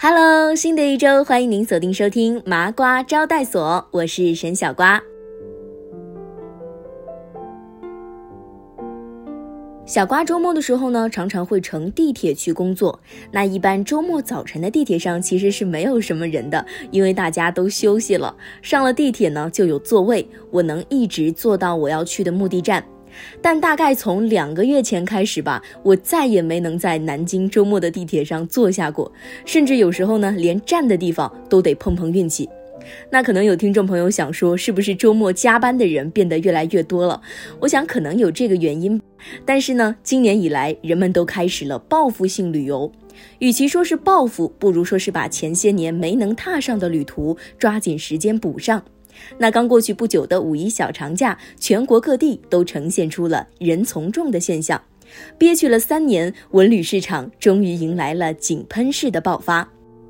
Hello， 新的一周，欢迎您锁定收听麻瓜招待所，我是沈小瓜。小瓜周末的时候呢，常常会乘地铁去工作。那一般周末早晨的地铁上其实是没有什么人的，因为大家都休息了。上了地铁呢，就有座位，我能一直坐到我要去的目的站。但大概从2个月前开始吧，我再也没能在南京周末的地铁上坐下过，甚至有时候呢，连站的地方都得碰碰运气。那可能有听众朋友想说，是不是周末加班的人变得越来越多了？我想可能有这个原因，但是呢，今年以来人们都开始了报复性旅游。与其说是报复，不如说是把前些年没能踏上的旅途抓紧时间补上。那刚过去不久的5·1小长假，全国各地都呈现出了人从众的现象，憋屈了3年，文旅市场终于迎来了井喷式的爆发。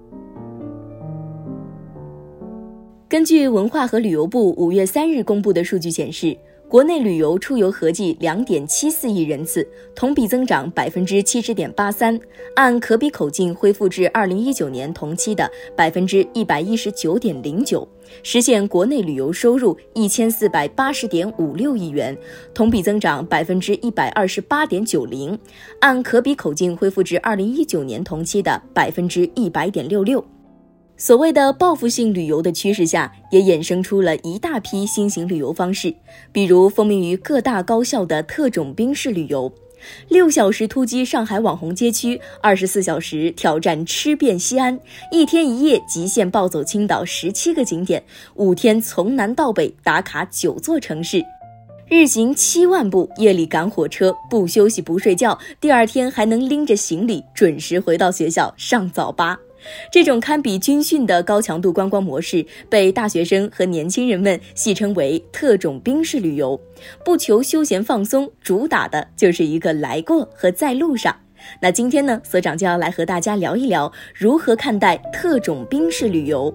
根据文化和旅游部5月3日公布的数据显示，国内旅游出游合计2.74亿人次，同比增长70.83%，按可比口径恢复至2019年同期的119.09%，实现国内旅游收入1480.56亿元，同比增长128.90%，按可比口径恢复至2019年同期的100.66%。所谓的报复性旅游的趋势下，也衍生出了一大批新型旅游方式，比如风靡于各大高校的特种兵式旅游，6小时突击上海网红街区，24小时挑战吃遍西安，1天1夜极限暴走青岛17个景点，5天从南到北打卡9座城市，日行7万步，夜里赶火车，不休息不睡觉，第2天还能拎着行李准时回到学校上早八。这种堪比军训的高强度观光模式被大学生和年轻人们戏称为特种兵式旅游，不求休闲放松，主打的就是一个来过和在路上。那今天呢，所长就要来和大家聊一聊如何看待特种兵式旅游。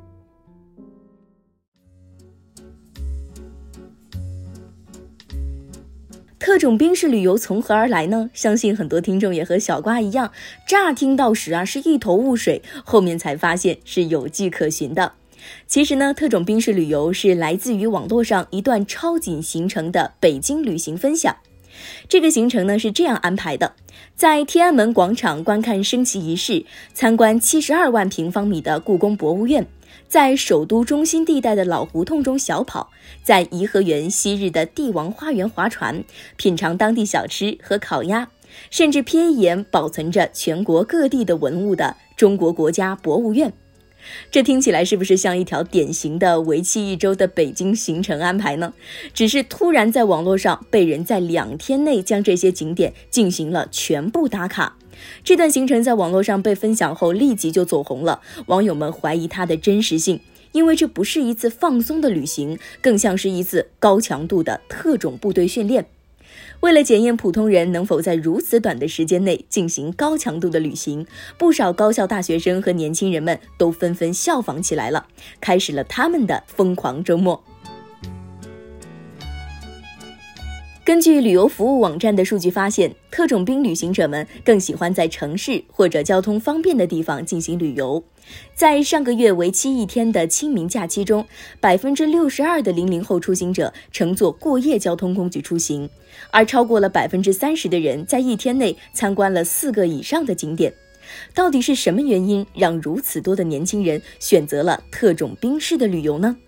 特种兵式旅游从何而来呢？相信很多听众也和小瓜一样，乍听到时是一头雾水，后面才发现是有迹可循的。其实呢，特种兵式旅游是来自于网络上一段超紧行程的北京旅行分享。这个行程呢是这样安排的：在天安门广场观看升旗仪式，参观72万平方米的故宫博物院，在首都中心地带的老胡同中小跑，在颐和园昔日的帝王花园划船，品尝当地小吃和烤鸭，甚至瞥一眼保存着全国各地的文物的中国国家博物院。这听起来是不是像一条典型的为期1周的北京行程安排呢？只是突然在网络上被人在2天内将这些景点进行了全部打卡。这段行程在网络上被分享后立即就走红了，网友们怀疑它的真实性，因为这不是一次放松的旅行，更像是一次高强度的特种部队训练。为了检验普通人能否在如此短的时间内进行高强度的旅行，不少高校大学生和年轻人们都纷纷效仿起来了，开始了他们的疯狂周末。根据旅游服务网站的数据发现，特种兵旅行者们更喜欢在城市或者交通方便的地方进行旅游。在上个月为期1天的清明假期中，62%的00后出行者乘坐过夜交通工具出行，而超过了30%的人在1天内参观了4个以上的景点。到底是什么原因让如此多的年轻人选择了特种兵式的旅游呢？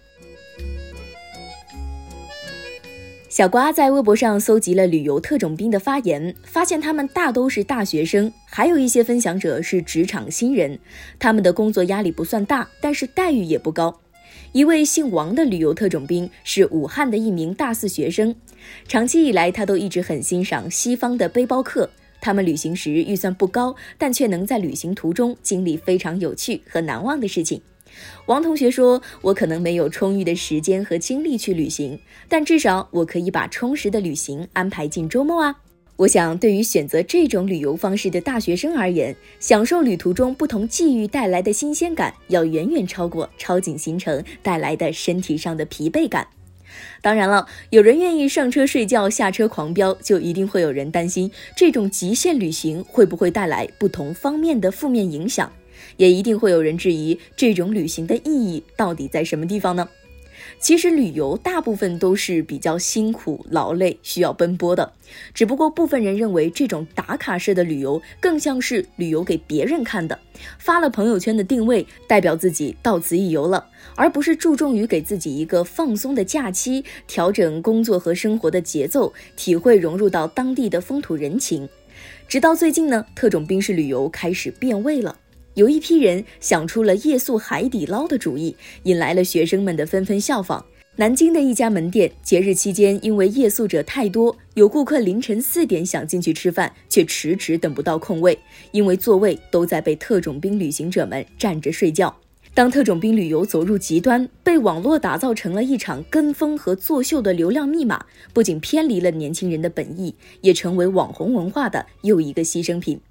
小瓜在微博上搜集了旅游特种兵的发言，发现他们大都是大学生，还有一些分享者是职场新人，他们的工作压力不算大，但是待遇也不高。一位姓王的旅游特种兵是武汉的一名大4学生，长期以来他都一直很欣赏西方的背包客，他们旅行时预算不高，但却能在旅行途中经历非常有趣和难忘的事情。王同学说，我可能没有充裕的时间和精力去旅行，但至少我可以把充实的旅行安排进周末啊。我想对于选择这种旅游方式的大学生而言，享受旅途中不同际遇带来的新鲜感，要远远超过超紧行程带来的身体上的疲惫感。当然了，有人愿意上车睡觉，下车狂飙，就一定会有人担心这种极限旅行会不会带来不同方面的负面影响。 也一定会有人质疑这种旅行的意义到底在什么地方呢？其实旅游大部分都是比较辛苦劳累，需要奔波的，只不过部分人认为这种打卡式的旅游更像是旅游给别人看的，发了朋友圈的定位，代表自己到此一游了，而不是注重于给自己一个放松的假期，调整工作和生活的节奏，体会融入到当地的风土人情。直到最近呢，特种兵式旅游开始变味了，有一批人想出了夜宿海底捞的主意，引来了学生们的纷纷效仿。南京的一家门店，节日期间因为夜宿者太多，有顾客凌晨4点想进去吃饭，却迟迟等不到空位，因为座位都在被特种兵旅行者们占着睡觉。当特种兵旅游走入极端，被网络打造成了一场跟风和作秀的流量密码，不仅偏离了年轻人的本意，也成为网红文化的又一个牺牲品。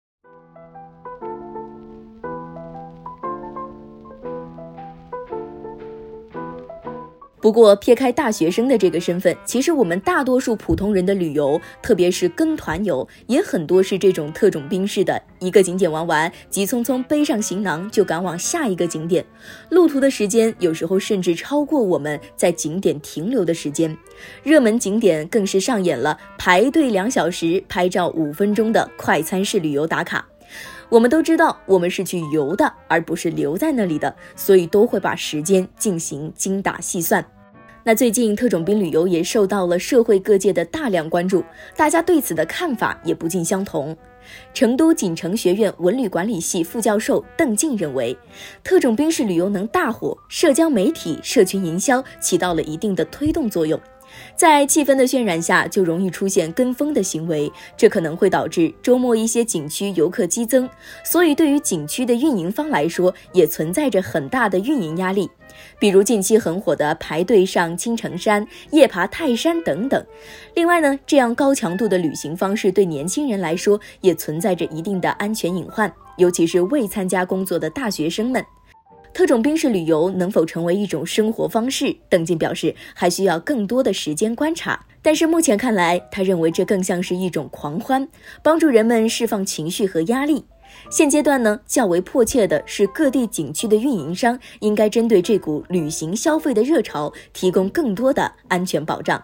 不过撇开大学生的这个身份，其实我们大多数普通人的旅游，特别是跟团游，也很多是这种特种兵式的，一个景点玩完，急匆匆背上行囊就赶往下一个景点，路途的时间有时候甚至超过我们在景点停留的时间。热门景点更是上演了排队2小时拍照5分钟的快餐式旅游打卡。我们都知道我们是去游的，而不是留在那里的，所以都会把时间进行精打细算。那最近特种兵旅游也受到了社会各界的大量关注，大家对此的看法也不尽相同。成都锦城学院文旅管理系副教授邓静认为，特种兵式旅游能大火，社交媒体、社群营销起到了一定的推动作用。在气氛的渲染下，就容易出现跟风的行为，这可能会导致周末一些景区游客激增，所以对于景区的运营方来说，也存在着很大的运营压力。比如近期很火的排队上青城山、夜爬泰山等等。另外呢，这样高强度的旅行方式对年轻人来说也存在着一定的安全隐患，尤其是未参加工作的大学生们。特种兵式旅游能否成为一种生活方式，邓静表示还需要更多的时间观察，但是目前看来，他认为这更像是一种狂欢，帮助人们释放情绪和压力。现阶段呢，较为迫切的是各地景区的运营商应该针对这股旅行消费的热潮，提供更多的安全保障。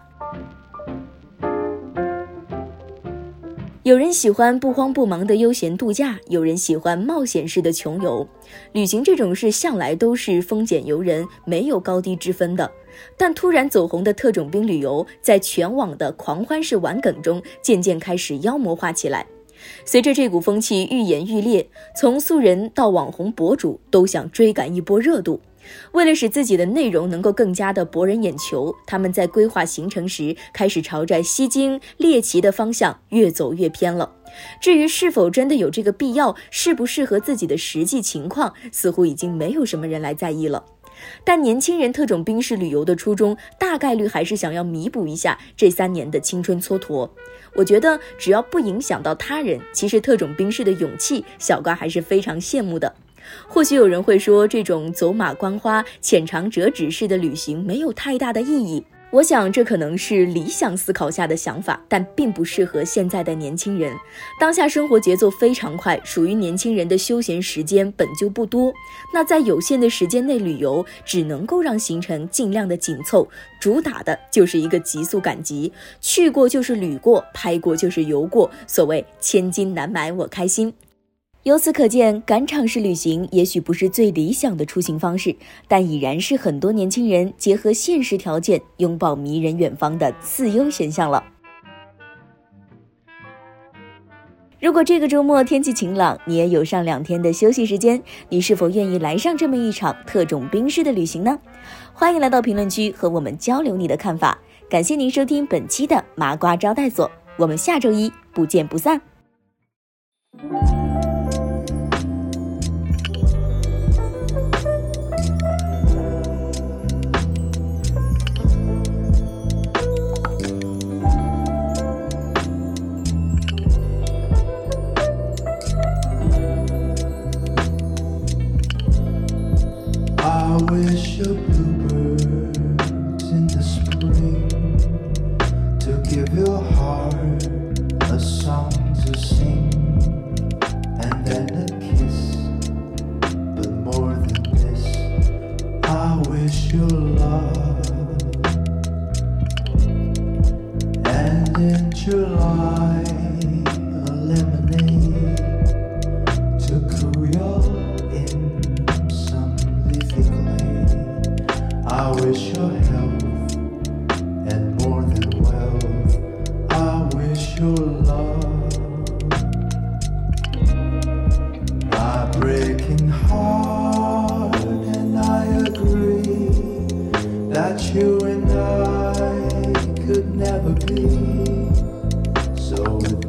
有人喜欢不慌不忙的悠闲度假，有人喜欢冒险式的穷游。旅行这种事向来都是丰俭由人，没有高低之分的。但突然走红的特种兵旅游，在全网的狂欢式玩梗中，渐渐开始妖魔化起来。随着这股风气愈演愈烈，从素人到网红博主都想追赶一波热度。为了使自己的内容能够更加的博人眼球，他们在规划行程时开始朝着吸睛猎奇的方向越走越偏了。至于是否真的有这个必要，适不适合自己的实际情况，似乎已经没有什么人来在意了。但年轻人特种兵式旅游的初衷，大概率还是想要弥补一下这3年的青春蹉跎。我觉得只要不影响到他人，其实特种兵式的勇气，小瓜还是非常羡慕的。或许有人会说，这种走马观花、浅尝辄止式的旅行没有太大的意义。我想这可能是理想思考下的想法，但并不适合现在的年轻人。当下生活节奏非常快，属于年轻人的休闲时间本就不多，那在有限的时间内旅游，只能够让行程尽量的紧凑，主打的就是一个急速赶集，去过就是旅过，拍过就是游过，所谓千金难买我开心。由此可见，赶场式旅行也许不是最理想的出行方式，但已然是很多年轻人结合现实条件，拥抱迷人远方的次优选项了。如果这个周末天气晴朗，你也有上2天的休息时间，你是否愿意来上这么一场特种兵式的旅行呢？欢迎来到评论区和我们交流你的看法。感谢您收听本期的麻瓜招待所，我们下周一不见不散。 I wish a bluebird in the spring to give your heart a song to sing, and then a kiss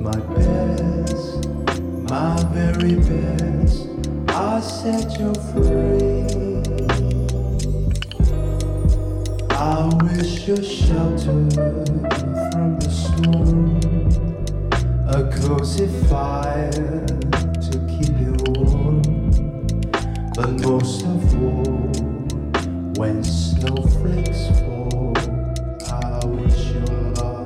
my best, my very best, I set you free. I wish you shelter from the storm, a cozy fire to keep you warm, but most of all, when snowflakes fall, I wish you love.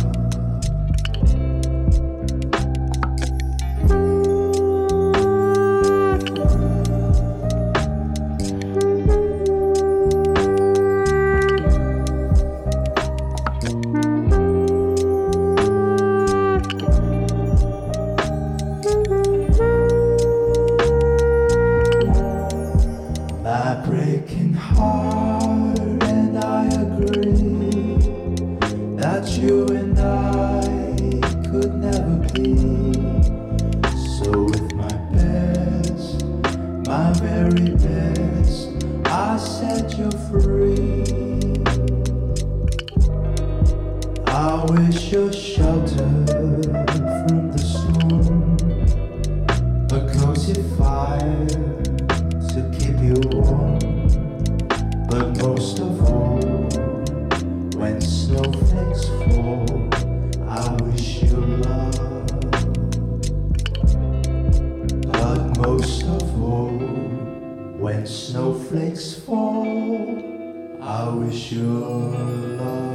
My breaking heart, and I agree that you and I could never be. So with my best, my very best, I set you free. I wish you shelter from the storm, a cozy fire to keep you warm, but most of all, when snowflakes fall, I wish you love. But most of all, when snowflakes fall, I wish you love.